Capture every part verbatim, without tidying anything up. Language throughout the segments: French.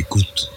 Écoute,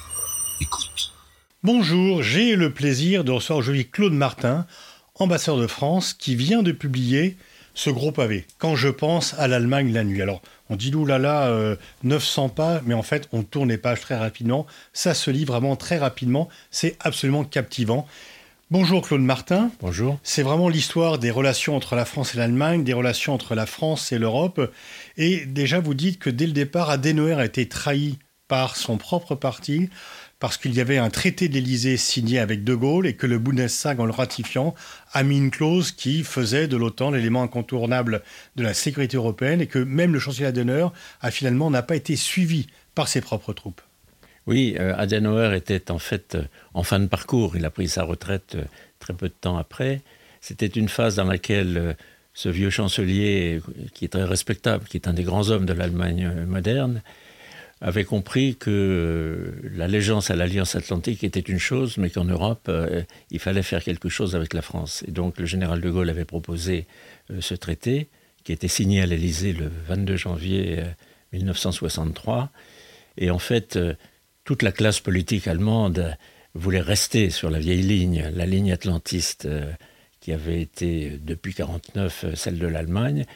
écoute. Bonjour, j'ai le plaisir de recevoir aujourd'hui Claude Martin, ambassadeur de France, qui vient de publier ce gros pavé, Quand je pense à l'Allemagne la nuit. Alors, on dit oulala, euh, neuf cents pages, mais en fait, on tourne les pages très rapidement. Ça se lit vraiment très rapidement. C'est absolument captivant. Bonjour Claude Martin. Bonjour. C'est vraiment l'histoire des relations entre la France et l'Allemagne, des relations entre la France et l'Europe. Et déjà, vous dites que dès le départ, Adenauer a été trahi par son propre parti, parce qu'il y avait un traité de l'Élysée signé avec De Gaulle et que le Bundestag, en le ratifiant, a mis une clause qui faisait de l'OTAN l'élément incontournable de la sécurité européenne et que même le chancelier Adenauer a finalement n'a pas été suivi par ses propres troupes. Oui, euh, Adenauer était en fait euh, en fin de parcours. Il a pris sa retraite euh, très peu de temps après. C'était une phase dans laquelle euh, ce vieux chancelier, qui est très respectable, qui est un des grands hommes de l'Allemagne euh, moderne, avait compris que euh, l'allégeance à l'Alliance Atlantique était une chose, mais qu'en Europe, euh, il fallait faire quelque chose avec la France. Et donc le général de Gaulle avait proposé euh, ce traité, qui était signé à l'Élysée le vingt-deux janvier euh, mille neuf cent soixante-trois. Et en fait, euh, toute la classe politique allemande voulait rester sur la vieille ligne, la ligne atlantiste euh, qui avait été depuis mille neuf cent quarante-neuf euh, celle de l'Allemagne.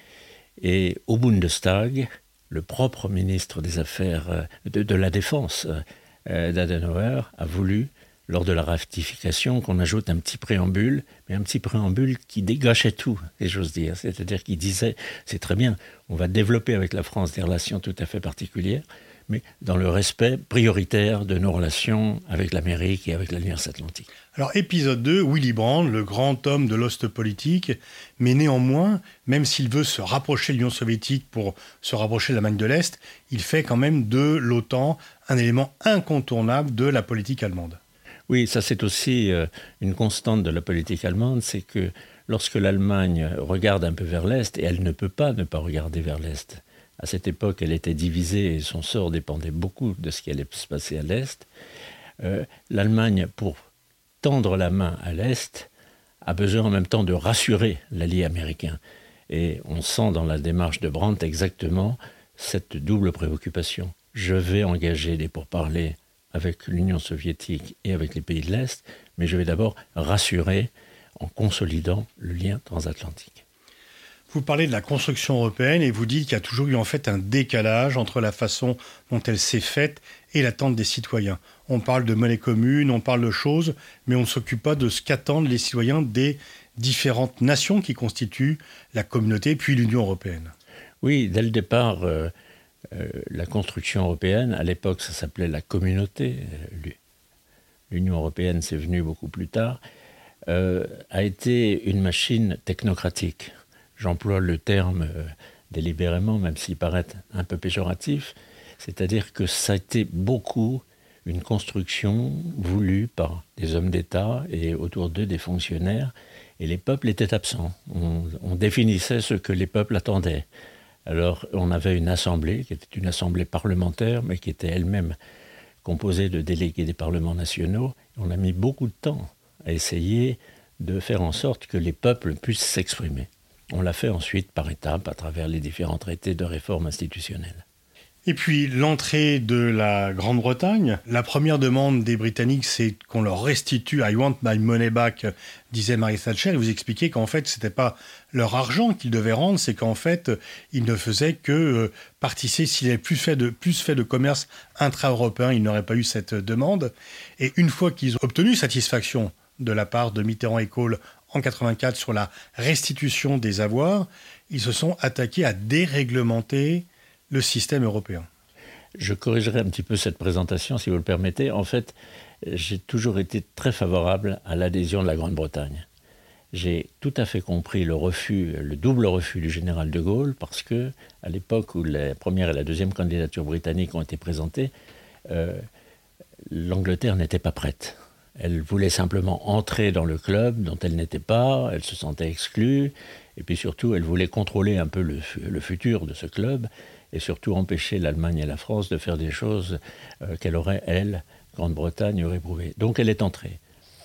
Et au Bundestag, le propre ministre des Affaires, de, de la Défense euh, d'Adenauer a voulu, lors de la ratification, qu'on ajoute un petit préambule, mais un petit préambule qui dégâchait tout, et j'ose dire. C'est-à-dire qu'il disait, c'est très bien, on va développer avec la France des relations tout à fait particulières, mais dans le respect prioritaire de nos relations avec l'Amérique et avec l'Alliance Atlantique. Alors, épisode deux, Willy Brandt, le grand homme de l'Ostpolitik, mais néanmoins, même s'il veut se rapprocher de l'Union soviétique pour se rapprocher de l'Allemagne de l'Est, il fait quand même de l'OTAN un élément incontournable de la politique allemande. Oui, ça c'est aussi euh, une constante de la politique allemande, c'est que lorsque l'Allemagne regarde un peu vers l'Est, et elle ne peut pas ne pas regarder vers l'Est, à cette époque, elle était divisée et son sort dépendait beaucoup de ce qui allait se passer à l'Est. Euh, L'Allemagne, pour tendre la main à l'Est, a besoin en même temps de rassurer l'allié américain. Et on sent dans la démarche de Brandt exactement cette double préoccupation. Je vais engager des pourparlers avec l'Union soviétique et avec les pays de l'Est, mais je vais d'abord rassurer en consolidant le lien transatlantique. Vous parlez de la construction européenne et vous dites qu'il y a toujours eu en fait un décalage entre la façon dont elle s'est faite et l'attente des citoyens. On parle de monnaie commune, on parle de choses, mais on ne s'occupe pas de ce qu'attendent les citoyens des différentes nations qui constituent la communauté, puis l'Union européenne. Oui, dès le départ, euh, euh, la construction européenne, à l'époque ça s'appelait la communauté, euh, l'Union européenne c'est venu beaucoup plus tard, euh, a été une machine technocratique. J'emploie le terme euh, délibérément, même s'il paraît un peu péjoratif, c'est-à-dire que ça a été beaucoup une construction voulue par des hommes d'État et autour d'eux des fonctionnaires, et les peuples étaient absents. On, on définissait ce que les peuples attendaient. Alors on avait une assemblée, qui était une assemblée parlementaire, mais qui était elle-même composée de délégués des parlements nationaux. On a mis beaucoup de temps à essayer de faire en sorte que les peuples puissent s'exprimer. On l'a fait ensuite par étapes à travers les différents traités de réforme institutionnelle. Et puis l'entrée de la Grande-Bretagne, la première demande des Britanniques, c'est qu'on leur restitue « I want my money back », disait Margaret Thatcher, et vous expliquez qu'en fait, ce n'était pas leur argent qu'ils devaient rendre, c'est qu'en fait, ils ne faisaient que euh, participer, s'il y avait plus fait, de, plus fait de commerce intra-européen, ils n'auraient pas eu cette demande. Et une fois qu'ils ont obtenu satisfaction de la part de Mitterrand et Kohl en quatre-vingt-quatre sur la restitution des avoirs, ils se sont attaqués à déréglementer le système européen. Je corrigerai un petit peu cette présentation, si vous le permettez. En fait, j'ai toujours été très favorable à l'adhésion de la Grande-Bretagne. J'ai tout à fait compris le refus, le double refus du général de Gaulle, parce que à l'époque où la première et la deuxième candidature britannique ont été présentées, euh, l'Angleterre n'était pas prête. Elle voulait simplement entrer dans le club dont elle n'était pas, elle se sentait exclue, et puis surtout, elle voulait contrôler un peu le, le futur de ce club, et surtout empêcher l'Allemagne et la France de faire des choses euh, qu'elle aurait, elle, Grande-Bretagne, réprouvées. Donc elle est entrée.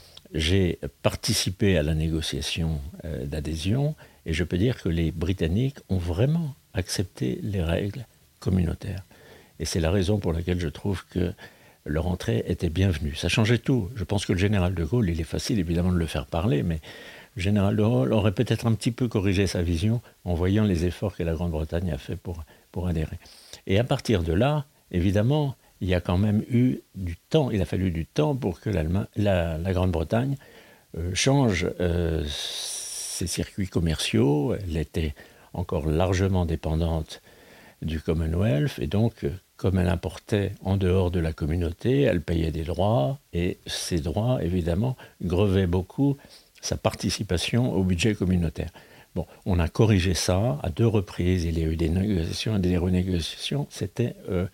J'ai participé à la négociation euh, d'adhésion, et je peux dire que les Britanniques ont vraiment accepté les règles communautaires. Et c'est la raison pour laquelle je trouve que leur entrée était bienvenue. Ça changeait tout. Je pense que le général de Gaulle, il est facile évidemment de le faire parler, mais le général de Gaulle aurait peut-être un petit peu corrigé sa vision en voyant les efforts que la Grande-Bretagne a fait pour, pour adhérer. Et à partir de là, évidemment, il y a quand même eu du temps, il a fallu du temps pour que l'Allemagne, la, la Grande-Bretagne euh, change euh, ses circuits commerciaux. Elle était encore largement dépendante du Commonwealth, et donc, comme elle importait en dehors de la communauté, elle payait des droits, et ces droits, évidemment, grevaient beaucoup sa participation au budget communautaire. Bon, on a corrigé ça à deux reprises, il y a eu des négociations et des renégociations, c'était euh,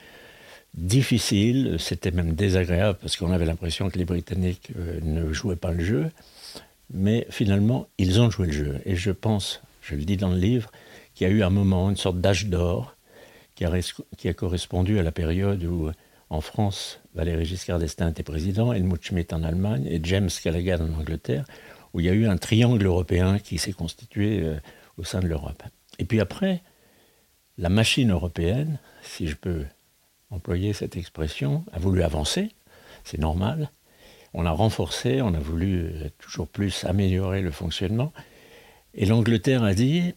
difficile, c'était même désagréable, parce qu'on avait l'impression que les Britanniques euh, ne jouaient pas le jeu, mais finalement, ils ont joué le jeu, et je pense, je le dis dans le livre, qu'il y a eu un moment, une sorte d'âge d'or, qui a, qui a correspondu à la période où, en France, Valéry Giscard d'Estaing était président, Helmut Schmidt en Allemagne et James Callaghan en Angleterre, où il y a eu un triangle européen qui s'est constitué euh, au sein de l'Europe. Et puis après, la machine européenne, si je peux employer cette expression, a voulu avancer, c'est normal. On a renforcé, on a voulu euh, toujours plus améliorer le fonctionnement. Et l'Angleterre a dit,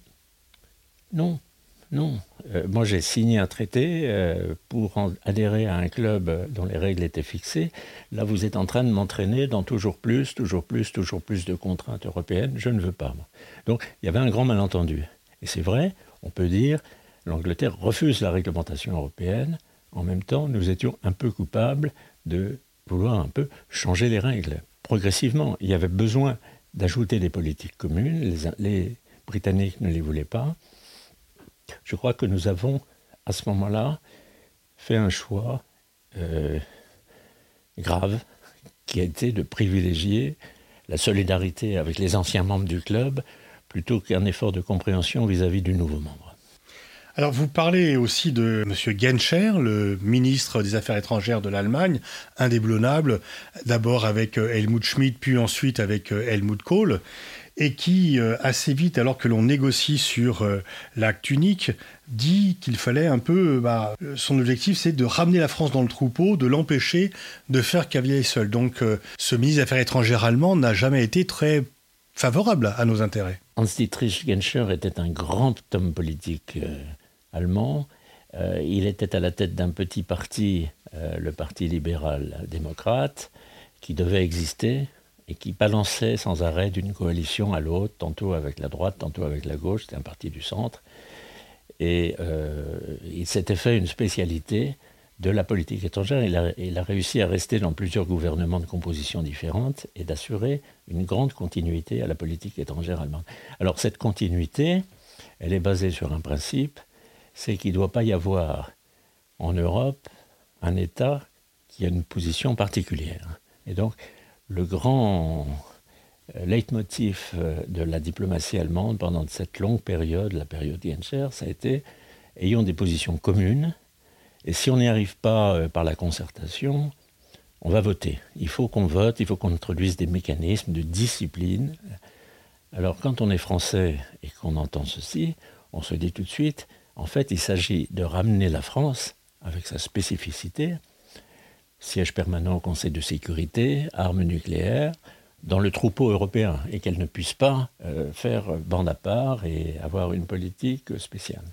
non, non. Euh, moi, j'ai signé un traité euh, pour en adhérer à un club dont les règles étaient fixées. Là, vous êtes en train de m'entraîner dans toujours plus, toujours plus, toujours plus de contraintes européennes. Je ne veux pas, moi. Donc, il y avait un grand malentendu. Et c'est vrai, on peut dire, l'Angleterre refuse la réglementation européenne. En même temps, nous étions un peu coupables de vouloir un peu changer les règles. Progressivement, il y avait besoin d'ajouter des politiques communes. Les, les Britanniques ne les voulaient pas. Je crois que nous avons, à ce moment-là, fait un choix euh, grave, qui a été de privilégier la solidarité avec les anciens membres du club, plutôt qu'un effort de compréhension vis-à-vis du nouveau membre. Alors vous parlez aussi de M. Genscher, le ministre des Affaires étrangères de l'Allemagne, indéboulonnable, d'abord avec Helmut Schmidt, puis ensuite avec Helmut Kohl, et qui, assez vite, alors que l'on négocie sur l'acte unique, dit qu'il fallait un peu... Bah, son objectif, c'est de ramener la France dans le troupeau, de l'empêcher de faire cavalier seul. Donc ce ministre des Affaires étrangères allemand n'a jamais été très favorable à nos intérêts. Hans-Dietrich Genscher était un grand homme politique euh, allemand. Euh, il était à la tête d'un petit parti, euh, le Parti libéral-démocrate, qui devait exister et qui balançait sans arrêt d'une coalition à l'autre, tantôt avec la droite, tantôt avec la gauche. C'était un parti du centre. Et euh, il s'était fait une spécialité de la politique étrangère. Il a, il a réussi à rester dans plusieurs gouvernements de composition différentes et d'assurer une grande continuité à la politique étrangère allemande. Alors cette continuité, elle est basée sur un principe, c'est qu'il ne doit pas y avoir en Europe un État qui a une position particulière. Et donc le grand leitmotiv de la diplomatie allemande pendant cette longue période, la période Genscher, ça a été ayons des positions communes. Et si on n'y arrive pas euh, par la concertation, on va voter. Il faut qu'on vote, il faut qu'on introduise des mécanismes de discipline. Alors quand on est français et qu'on entend ceci, on se dit tout de suite, en fait, il s'agit de ramener la France, avec sa spécificité, siège permanent au Conseil de sécurité, armes nucléaires, dans le troupeau européen, et qu'elle ne puisse pas euh, faire bande à part et avoir une politique spéciale.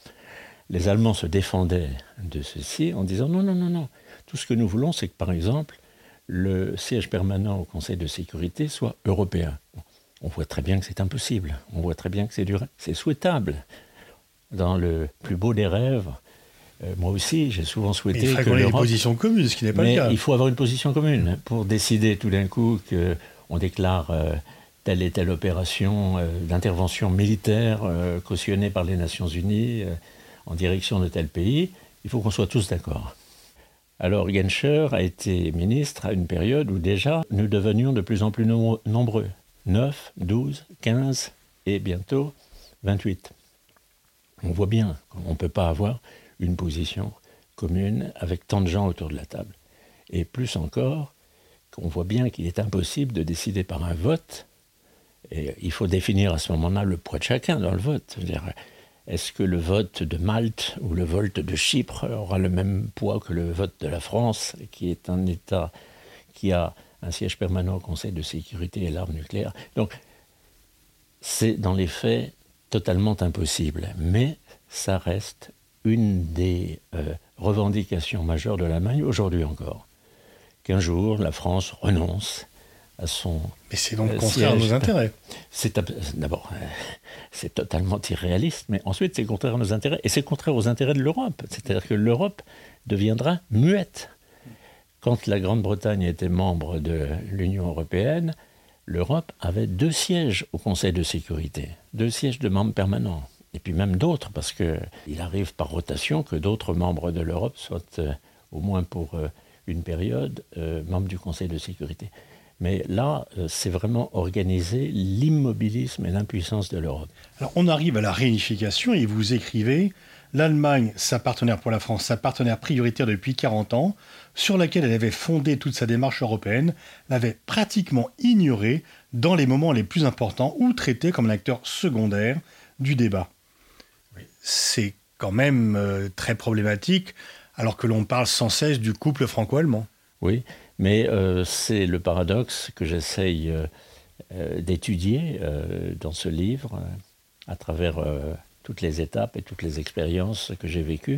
Les Allemands se défendaient de ceci en disant non, non, non, non. Tout ce que nous voulons, c'est que, par exemple, le siège permanent au Conseil de sécurité soit européen. On voit très bien que c'est impossible. On voit très bien que c'est, du... c'est souhaitable. Dans le plus beau des rêves, euh, moi aussi, j'ai souvent souhaité il que qu'on ait l'Europe... une position commune, ce qui n'est pas Mais le cas. il faut avoir une position commune pour décider tout d'un coup qu'on déclare... Euh, telle et telle opération euh, d'intervention militaire euh, cautionnée par les Nations Unies euh, en direction de tel pays, il faut qu'on soit tous d'accord. Alors Genscher a été ministre à une période où déjà nous devenions de plus en plus nom- nombreux. neuf, douze, quinze et bientôt vingt-huit. On voit bien qu'on ne peut pas avoir une position commune avec tant de gens autour de la table. Et plus encore, qu'on voit bien qu'il est impossible de décider par un vote. Et il faut définir à ce moment-là le poids de chacun dans le vote. C'est-à-dire, est-ce que le vote de Malte ou le vote de Chypre aura le même poids que le vote de la France, qui est un État qui a un siège permanent au Conseil de sécurité et l'arme nucléaire. Donc, c'est dans les faits totalement impossible. Mais ça reste une des euh, revendications majeures de l'Allemagne, aujourd'hui encore. Qu'un jour, la France renonce à son Mais c'est donc euh, contraire à siège. nos intérêts. C'est, d'abord, euh, c'est totalement irréaliste, mais ensuite, c'est contraire à nos intérêts. Et c'est contraire aux intérêts de l'Europe. C'est-à-dire que l'Europe deviendra muette. Quand la Grande-Bretagne était membre de l'Union européenne, l'Europe avait deux sièges au Conseil de sécurité, deux sièges de membres permanents, et puis même d'autres, parce qu'il arrive par rotation que d'autres membres de l'Europe soient, euh, au moins pour euh, une période, euh, membres du Conseil de sécurité. Mais là, euh, c'est vraiment organiser l'immobilisme et l'impuissance de l'Europe. Alors, on arrive à la réunification et vous écrivez « L'Allemagne, sa partenaire pour la France, sa partenaire prioritaire depuis quarante ans, sur laquelle elle avait fondé toute sa démarche européenne, l'avait pratiquement ignorée dans les moments les plus importants ou traitée comme un acteur secondaire du débat. » C'est quand même euh, très problématique, alors que l'on parle sans cesse du couple franco-allemand. Oui, mais euh, c'est le paradoxe que j'essaye euh, euh, d'étudier euh, dans ce livre, euh, à travers euh, toutes les étapes et toutes les expériences que j'ai vécues.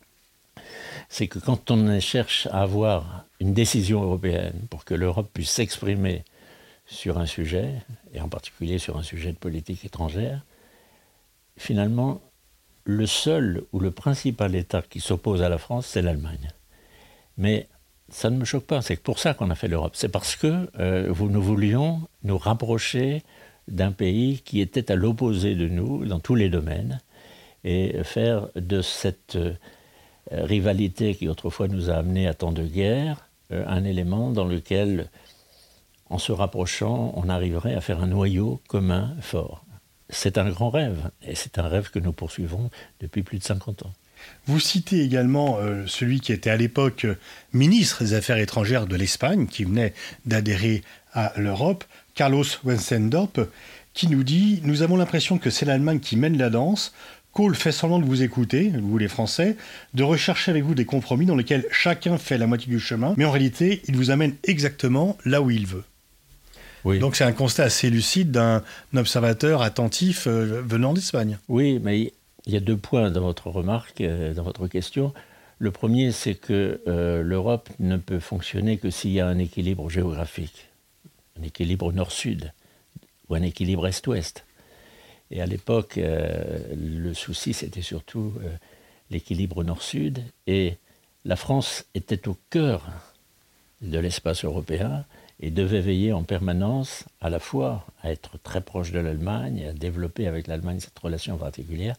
C'est que quand on cherche à avoir une décision européenne pour que l'Europe puisse s'exprimer sur un sujet, et en particulier sur un sujet de politique étrangère, finalement, le seul ou le principal État qui s'oppose à la France, c'est l'Allemagne. Mais ça ne me choque pas, c'est pour ça qu'on a fait l'Europe. C'est parce que euh, nous voulions nous rapprocher d'un pays qui était à l'opposé de nous dans tous les domaines et faire de cette euh, rivalité qui autrefois nous a amenés à tant de guerres euh, un élément dans lequel, en se rapprochant, on arriverait à faire un noyau commun fort. C'est un grand rêve, et c'est un rêve que nous poursuivons depuis plus de cinquante ans. Vous citez également euh, celui qui était à l'époque euh, ministre des Affaires étrangères de l'Espagne, qui venait d'adhérer à l'Europe, Carlos Westendorp, qui nous dit « Nous avons l'impression que c'est l'Allemagne qui mène la danse. Kohl fait semblant de vous écouter, vous les Français, de rechercher avec vous des compromis dans lesquels chacun fait la moitié du chemin, mais en réalité, il vous amène exactement là où il veut. » Oui. Donc c'est un constat assez lucide d'un observateur attentif euh, venant d'Espagne. Oui, mais il y a deux points dans votre remarque, euh, dans votre question. Le premier, c'est que euh, l'Europe ne peut fonctionner que s'il y a un équilibre géographique, un équilibre nord-sud ou un équilibre est-ouest. Et à l'époque, euh, le souci, c'était surtout euh, l'équilibre nord-sud. Et la France était au cœur de l'espace européen et devait veiller en permanence à la fois à être très proche de l'Allemagne, et à développer avec l'Allemagne cette relation particulière,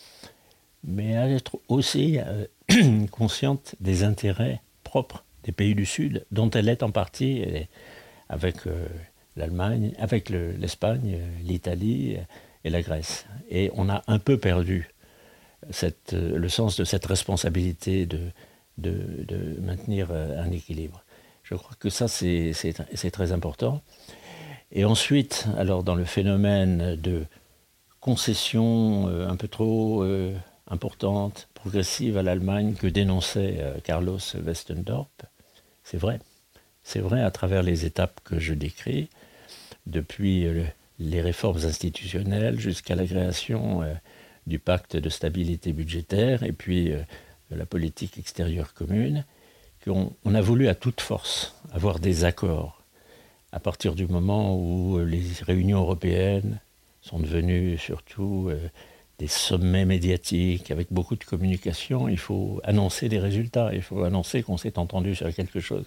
mais à être aussi euh, consciente des intérêts propres des pays du Sud, dont elle est en partie avec euh, l'Allemagne, avec le, l'Espagne, l'Italie et la Grèce. Et on a un peu perdu cette, le sens de cette responsabilité de, de, de maintenir un équilibre. Je crois que ça, c'est, c'est, c'est très important. Et ensuite, alors dans le phénomène de concession euh, un peu trop euh, importante, progressive à l'Allemagne que dénonçait euh, Carlos Westendorp, c'est vrai. C'est vrai à travers les étapes que je décris, depuis euh, les réformes institutionnelles jusqu'à la création euh, du pacte de stabilité budgétaire et puis euh, de la politique extérieure commune, qu'on on a voulu à toute force avoir des accords à partir du moment où les réunions européennes sont devenues surtout euh, des sommets médiatiques avec beaucoup de communication. Il faut annoncer des résultats, il faut annoncer qu'on s'est entendu sur quelque chose.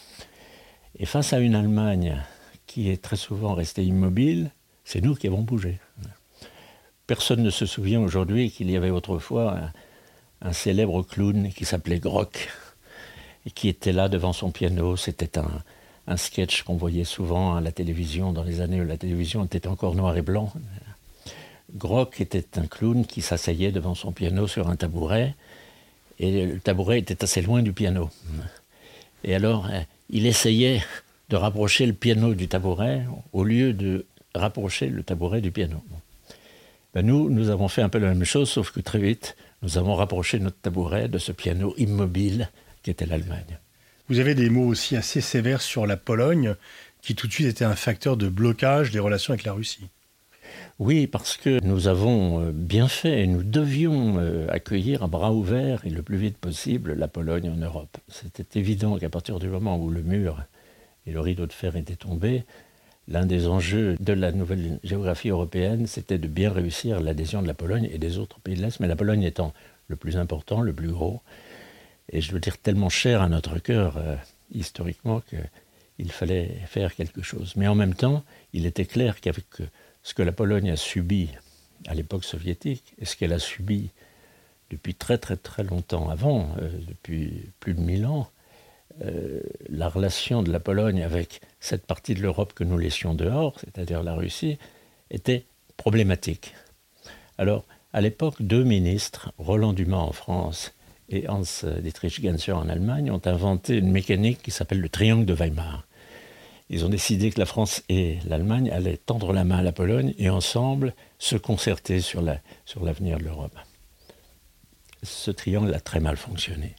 Et face à une Allemagne qui est très souvent restée immobile, c'est nous qui avons bougé. Personne ne se souvient aujourd'hui qu'il y avait autrefois un, un célèbre clown qui s'appelait Grock, et qui était là devant son piano. C'était un, un sketch qu'on voyait souvent à la télévision, dans les années où la télévision était encore noir et blanc. Grock était un clown qui s'asseyait devant son piano sur un tabouret, et le tabouret était assez loin du piano. Et alors, il essayait de rapprocher le piano du tabouret, au lieu de rapprocher le tabouret du piano. Ben nous, nous avons fait un peu la même chose, sauf que très vite, nous avons rapproché notre tabouret de ce piano immobile qu'était l'Allemagne. Vous avez des mots aussi assez sévères sur la Pologne, qui tout de suite était un facteur de blocage des relations avec la Russie. Oui, parce que nous avons bien fait et nous devions accueillir à bras ouverts et le plus vite possible la Pologne en Europe. C'était évident qu'à partir du moment où le mur et le rideau de fer étaient tombés, l'un des enjeux de la nouvelle géographie européenne, c'était de bien réussir l'adhésion de la Pologne et des autres pays de l'Est, mais la Pologne étant le plus important, le plus gros, et je veux dire tellement cher à notre cœur euh, historiquement qu'il fallait faire quelque chose. Mais en même temps, il était clair qu'avec ce que la Pologne a subi à l'époque soviétique et ce qu'elle a subi depuis très très très longtemps avant, euh, depuis plus de mille ans, euh, la relation de la Pologne avec cette partie de l'Europe que nous laissions dehors, c'est-à-dire la Russie, était problématique. Alors, à l'époque, deux ministres, Roland Dumas en France et Hans-Dietrich Genscher en Allemagne, ont inventé une mécanique qui s'appelle le triangle de Weimar. Ils ont décidé que la France et l'Allemagne allaient tendre la main à la Pologne et ensemble se concerter sur, la, sur l'avenir de l'Europe. Ce triangle a très mal fonctionné.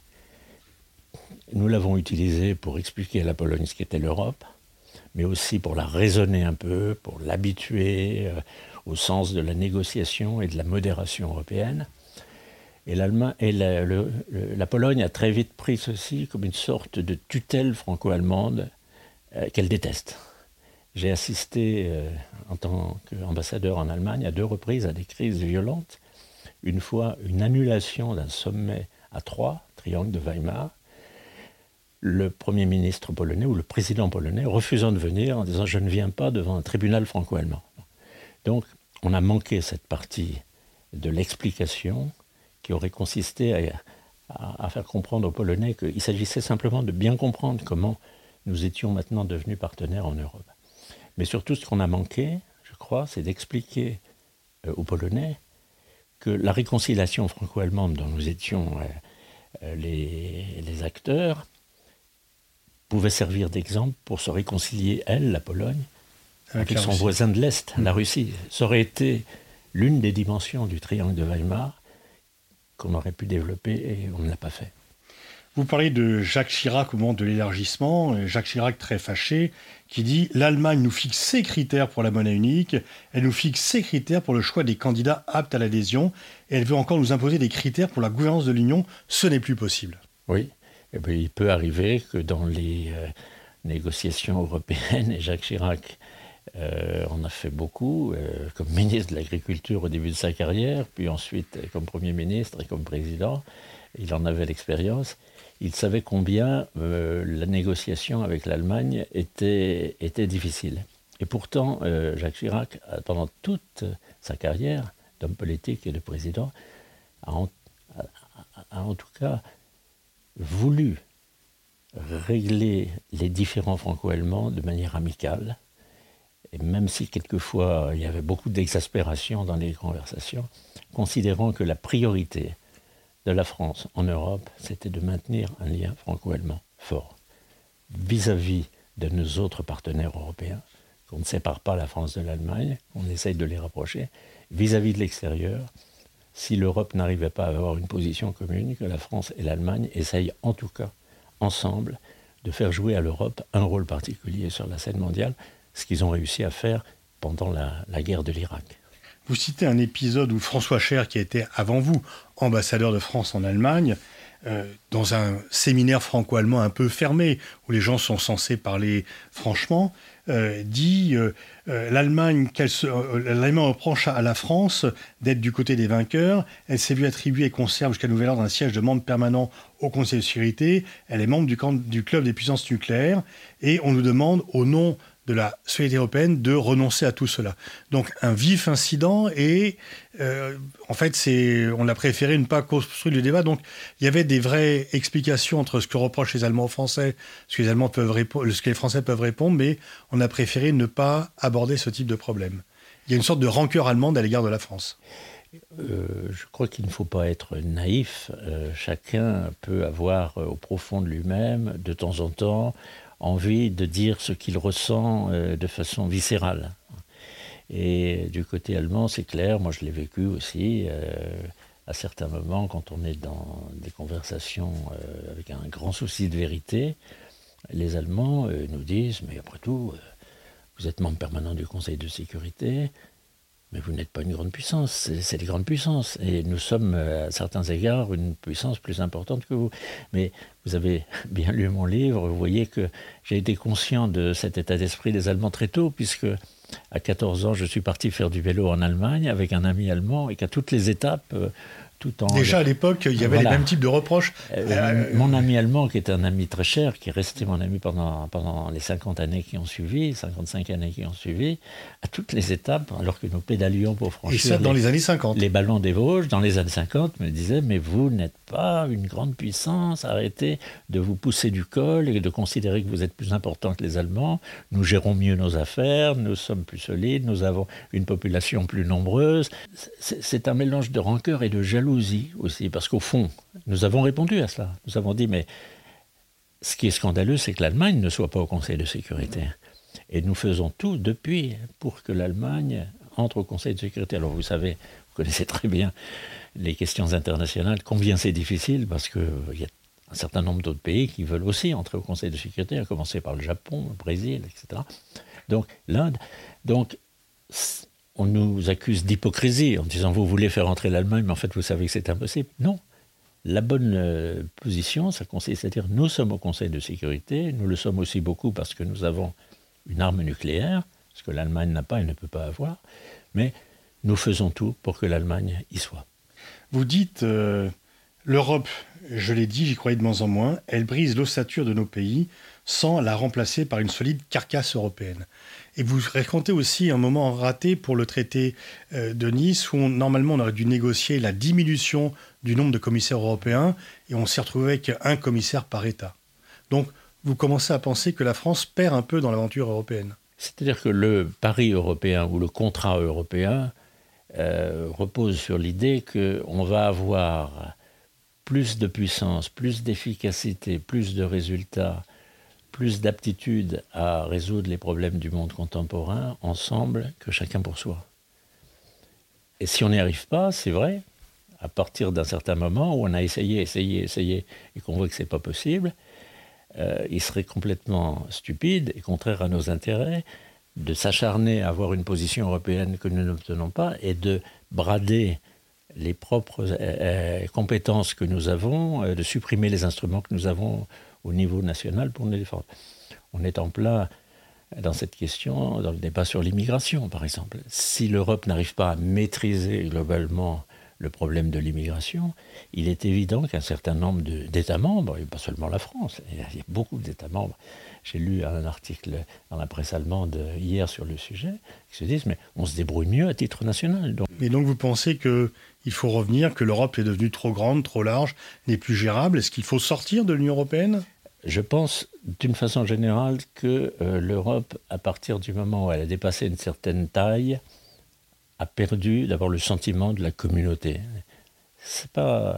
Nous l'avons utilisé pour expliquer à la Pologne ce qu'était l'Europe, mais aussi pour la raisonner un peu, pour l'habituer euh, au sens de la négociation et de la modération européenne. Et, l'Allemagne, et la, le, le, la Pologne a très vite pris ceci comme une sorte de tutelle franco-allemande euh, qu'elle déteste. J'ai assisté euh, en tant qu'ambassadeur en Allemagne à deux reprises à des crises violentes. Une fois, une annulation d'un sommet à Troyes, triangle de Weimar, le Premier ministre polonais ou le président polonais refusant de venir en disant « je ne viens pas devant un tribunal franco-allemand ». Donc, on a manqué cette partie de l'explication qui aurait consisté à, à, à faire comprendre aux Polonais qu'il s'agissait simplement de bien comprendre comment nous étions maintenant devenus partenaires en Europe. Mais surtout, ce qu'on a manqué, je crois, c'est d'expliquer euh, aux Polonais que la réconciliation franco-allemande dont nous étions euh, les, les acteurs pouvait servir d'exemple pour se réconcilier, elle, la Pologne, avec, avec son Russie. Voisin de l'Est, mmh. la Russie. Ça aurait été l'une des dimensions du triangle de Weimar qu'on aurait pu développer et on ne l'a pas fait. Vous parlez de Jacques Chirac au moment de l'élargissement, Jacques Chirac très fâché, qui dit « L'Allemagne nous fixe ses critères pour la monnaie unique, elle nous fixe ses critères pour le choix des candidats aptes à l'adhésion, et elle veut encore nous imposer des critères pour la gouvernance de l'Union, ce n'est plus possible. » Oui, et bien, il peut arriver que dans les euh, négociations européennes, et Jacques Chirac euh, en a fait beaucoup, euh, comme ministre de l'Agriculture au début de sa carrière, puis ensuite comme Premier ministre et comme président, il en avait l'expérience. Il savait combien euh, la négociation avec l'Allemagne était, était difficile. Et pourtant, euh, Jacques Chirac, pendant toute sa carrière d'homme politique et de président, a en, a, a en tout cas voulu régler les différends franco-allemands de manière amicale. Et même si quelquefois il y avait beaucoup d'exaspération dans les conversations, considérant que la priorité de la France en Europe, c'était de maintenir un lien franco-allemand fort vis-à-vis de nos autres partenaires européens, qu'on ne sépare pas la France de l'Allemagne, on essaye de les rapprocher, vis-à-vis de l'extérieur, si l'Europe n'arrivait pas à avoir une position commune, que la France et l'Allemagne essayent en tout cas, ensemble, de faire jouer à l'Europe un rôle particulier sur la scène mondiale, ce qu'ils ont réussi à faire pendant la, la guerre de l'Irak. Vous citez un épisode où François Cher, qui était avant vous ambassadeur de France en Allemagne, euh, dans un séminaire franco-allemand un peu fermé, où les gens sont censés parler franchement, euh, dit euh, euh, l'Allemagne, qu'elle se, euh, l'Allemagne reproche à la France d'être du côté des vainqueurs. Elle s'est vue attribuer et conserve jusqu'à nouvel ordre un siège de membre permanent au Conseil de sécurité. Elle est membre du, camp, du club des puissances nucléaires. Et on nous demande, au nom de la solidarité européenne, de renoncer à tout cela. Donc un vif incident et euh, en fait c'est, on a préféré ne pas construire le débat. Donc il y avait des vraies explications entre ce que reprochent les Allemands aux Français, ce que les Allemands peuvent répondre, ce que les Français peuvent répondre, mais on a préféré ne pas aborder ce type de problème. Il y a une sorte de rancœur allemande à l'égard de la France. Euh, je crois qu'il ne faut pas être naïf. Euh, chacun peut avoir euh, au profond de lui-même, de temps en temps, envie de dire ce qu'il ressent euh, de façon viscérale. Et du côté allemand, c'est clair, moi je l'ai vécu aussi, euh, à certains moments, quand on est dans des conversations euh, avec un grand souci de vérité, les Allemands euh, nous disent, mais après tout, euh, vous êtes membre permanent du Conseil de sécurité, mais vous n'êtes pas une grande puissance, c'est, c'est les grandes puissances. Et nous sommes, à certains égards, une puissance plus importante que vous. Mais vous avez bien lu mon livre, vous voyez que j'ai été conscient de cet état d'esprit des Allemands très tôt, puisque à quatorze ans, je suis parti faire du vélo en Allemagne avec un ami allemand, et qu'à toutes les étapes... Tout en... Déjà à l'époque, il y avait voilà. les mêmes types de reproches. Euh, euh, mon ami allemand, qui est un ami très cher, qui est resté mon ami pendant, pendant les cinquante années qui ont suivi, cinquante-cinq années qui ont suivi, à toutes les étapes, alors que nous pédalions pour franchir... Et ça, dans les, les années cinquante. Les ballons des Vosges, dans les années cinquante, me disait, mais vous n'êtes pas une grande puissance, arrêtez de vous pousser du col et de considérer que vous êtes plus important que les Allemands, nous gérons mieux nos affaires, nous sommes plus solides, nous avons une population plus nombreuse. C'est, c'est un mélange de rancœur et de jalousie aussi, parce qu'au fond, nous avons répondu à cela. Nous avons dit, mais ce qui est scandaleux, c'est que l'Allemagne ne soit pas au Conseil de sécurité. Et nous faisons tout depuis pour que l'Allemagne entre au Conseil de sécurité. Alors vous savez, vous connaissez très bien les questions internationales, combien c'est difficile, parce qu'il y a un certain nombre d'autres pays qui veulent aussi entrer au Conseil de sécurité, à commencer par le Japon, le Brésil, et cetera. Donc l'Inde. Donc, on nous accuse d'hypocrisie en disant « vous voulez faire entrer l'Allemagne, mais en fait vous savez que c'est impossible ». Non, la bonne euh, position, ça consiste à dire « nous sommes au Conseil de sécurité, nous le sommes aussi beaucoup parce que nous avons une arme nucléaire, ce que l'Allemagne n'a pas et ne peut pas avoir, mais nous faisons tout pour que l'Allemagne y soit ». Vous dites euh, « l'Europe, je l'ai dit, j'y croyais de moins en moins, elle brise l'ossature de nos pays sans la remplacer par une solide carcasse européenne ». Et vous racontez aussi un moment raté pour le traité de Nice où on, normalement on aurait dû négocier la diminution du nombre de commissaires européens et on s'est retrouvé avec un commissaire par État. Donc vous commencez à penser que la France perd un peu dans l'aventure européenne. C'est-à-dire que le pari européen ou le contrat européen euh, repose sur l'idée qu'on va avoir plus de puissance, plus d'efficacité, plus de résultats, plus d'aptitude à résoudre les problèmes du monde contemporain ensemble que chacun pour soi. Et si on n'y arrive pas, c'est vrai, à partir d'un certain moment où on a essayé, essayé, essayé, et qu'on voit que ce n'est pas possible, euh, il serait complètement stupide et contraire à nos intérêts de s'acharner à avoir une position européenne que nous n'obtenons pas et de brader les propres euh, compétences que nous avons, euh, de supprimer les instruments que nous avons au niveau national pour nous défendre. On est en plein dans cette question, dans le débat sur l'immigration, par exemple. Si l'Europe n'arrive pas à maîtriser globalement le problème de l'immigration, il est évident qu'un certain nombre de, d'États membres, et pas seulement la France, il y a beaucoup d'États membres, j'ai lu un article dans la presse allemande hier sur le sujet, qui se disent, mais on se débrouille mieux à titre national. Donc. Et donc vous pensez qu'il faut revenir, que l'Europe est devenue trop grande, trop large, n'est plus gérable? Est-ce qu'il faut sortir de l'Union européenne? Je pense, d'une façon générale, que euh, l'Europe, à partir du moment où elle a dépassé une certaine taille, a perdu d'abord le sentiment de la communauté. C'est pas,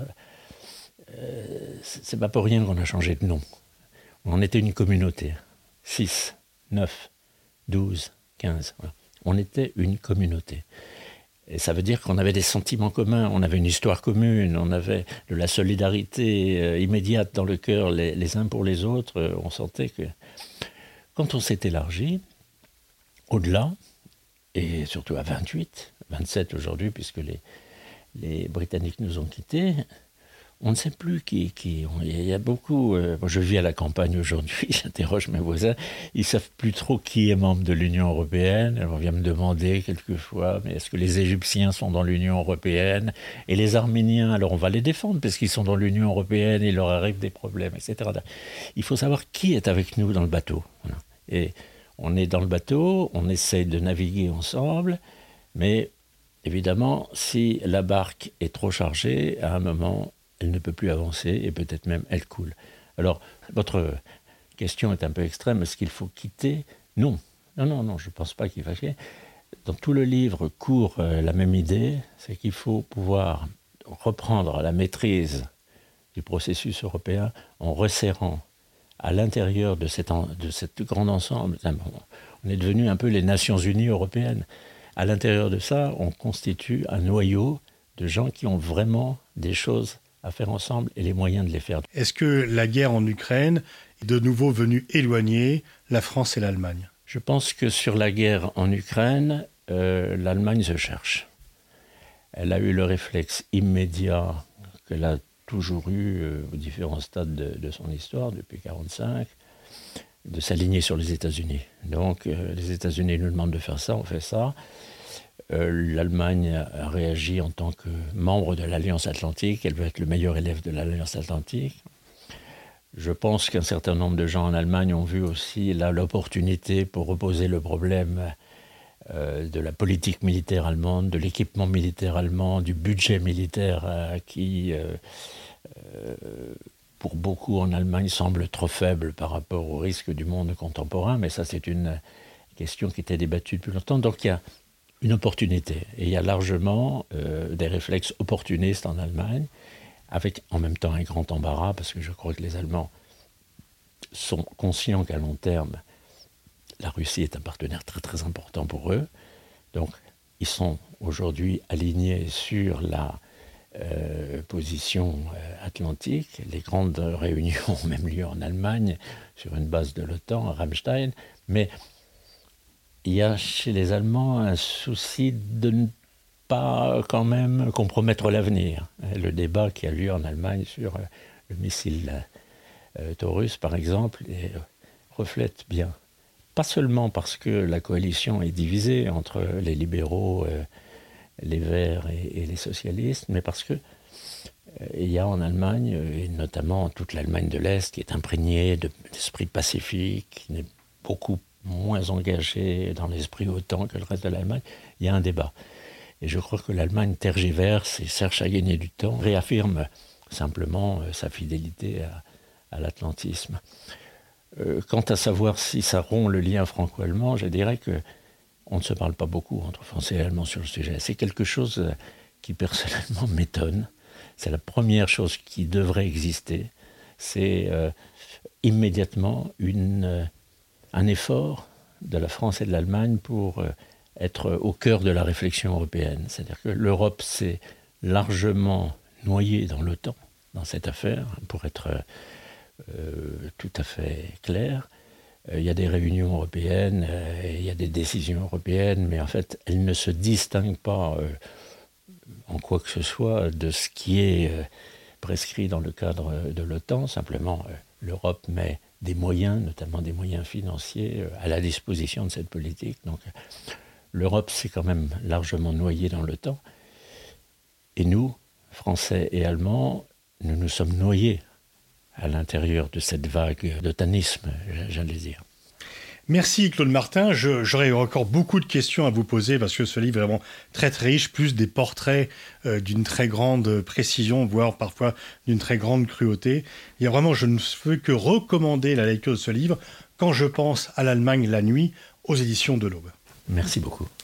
euh, c'est pas pour rien qu'on a changé de nom. On était une communauté. six, neuf, douze, quinze. Voilà. On était une communauté. Et ça veut dire qu'on avait des sentiments communs, on avait une histoire commune, on avait de la solidarité euh, immédiate dans le cœur les, les uns pour les autres. Euh, on sentait que quand on s'est élargi, au-delà, et surtout à vingt-huit, vingt-sept aujourd'hui, puisque les, les Britanniques nous ont quittés, on ne sait plus qui... qui on, il y a beaucoup... Euh, moi je vis à la campagne aujourd'hui, j'interroge mes voisins, ils ne savent plus trop qui est membre de l'Union européenne. Alors on vient me demander quelquefois, mais est-ce que les Égyptiens sont dans l'Union européenne? Et les Arméniens, alors on va les défendre, parce qu'ils sont dans l'Union européenne, et il leur arrive des problèmes, et cetera. Il faut savoir qui est avec nous dans le bateau. Voilà. Et on est dans le bateau, on essaye de naviguer ensemble, mais évidemment, si la barque est trop chargée, à un moment... elle ne peut plus avancer et peut-être même elle coule. Alors, votre question est un peu extrême. Est-ce qu'il faut quitter? Non. Non, non, non, je ne pense pas qu'il faille. Dans tout le livre court euh, la même idée, c'est qu'il faut pouvoir reprendre la maîtrise du processus européen en resserrant à l'intérieur de cet, en, de cet grand ensemble. On est devenu un peu les Nations Unies européennes. à l'intérieur de ça, on constitue un noyau de gens qui ont vraiment des choses à faire ensemble et les moyens de les faire. Est-ce que la guerre en Ukraine est de nouveau venue éloigner la France et l'Allemagne ? Je pense que sur la guerre en Ukraine, euh, l'Allemagne se cherche. Elle a eu le réflexe immédiat qu'elle a toujours eu euh, aux différents stades de, de son histoire, depuis mille neuf cent quarante-cinq, de s'aligner sur les États-Unis. Donc euh, les États-Unis nous demandent de faire ça, on fait ça. Euh, L'Allemagne a réagi en tant que membre de l'Alliance Atlantique. Elle veut être le meilleur élève de l'Alliance Atlantique. Je pense qu'un certain nombre de gens en Allemagne ont vu aussi là l'opportunité pour reposer le problème euh, de la politique militaire allemande, de l'équipement militaire allemand, du budget militaire euh, qui, euh, euh, pour beaucoup en Allemagne, semble trop faible par rapport aux risques du monde contemporain. Mais ça, c'est une question qui était débattue depuis longtemps. Donc il y a une opportunité. Et il y a largement euh, des réflexes opportunistes en Allemagne, avec en même temps un grand embarras, parce que je crois que les Allemands sont conscients qu'à long terme, la Russie est un partenaire très très important pour eux. Donc, ils sont aujourd'hui alignés sur la euh, position euh, atlantique. Les grandes réunions ont même lieu en Allemagne, sur une base de l'OTAN, à Ramstein. Mais il y a chez les Allemands un souci de ne pas quand même compromettre l'avenir. Le débat qui a lieu en Allemagne sur le missile euh, Taurus, par exemple, et, euh, reflète bien. Pas seulement parce que la coalition est divisée entre les libéraux, euh, les Verts et, et les socialistes, mais parce que euh, il y a en Allemagne, et notamment toute l'Allemagne de l'Est, qui est imprégnée de, d'esprit pacifique, qui n'est beaucoup moins engagée dans l'esprit OTAN que le reste de l'Allemagne. Il y a un débat. Et je crois que l'Allemagne tergiverse et cherche à gagner du temps, réaffirme simplement euh, sa fidélité à, à l'atlantisme. Euh, quant à savoir si ça rompt le lien franco-allemand, je dirais qu'on ne se parle pas beaucoup entre Français et Allemands sur le sujet. C'est quelque chose qui personnellement m'étonne. C'est la première chose qui devrait exister. C'est euh, immédiatement une, euh, un effort de la France et de l'Allemagne pour euh, être au cœur de la réflexion européenne. C'est-à-dire que l'Europe s'est largement noyée dans l'OTAN, dans cette affaire, pour être euh, tout à fait clair. Euh, il y a des réunions européennes, euh, il y a des décisions européennes, mais en fait, elles ne se distinguent pas euh, en quoi que ce soit de ce qui est euh, prescrit dans le cadre de l'OTAN. Simplement, euh, l'Europe met des moyens, notamment des moyens financiers, euh, à la disposition de cette politique. Donc, l'Europe s'est quand même largement noyée dans l'OTAN. Et nous, Français et Allemands, nous nous sommes noyés à l'intérieur de cette vague d'otanisme, j'allais dire. Merci Claude Martin. Je, j'aurais encore beaucoup de questions à vous poser parce que ce livre est vraiment très très riche, plus des portraits euh, d'une très grande précision, voire parfois d'une très grande cruauté. Il y a vraiment, je ne peux que recommander la lecture de ce livre quand je pense à l'Allemagne la nuit aux éditions de l'Aube. Merci beaucoup.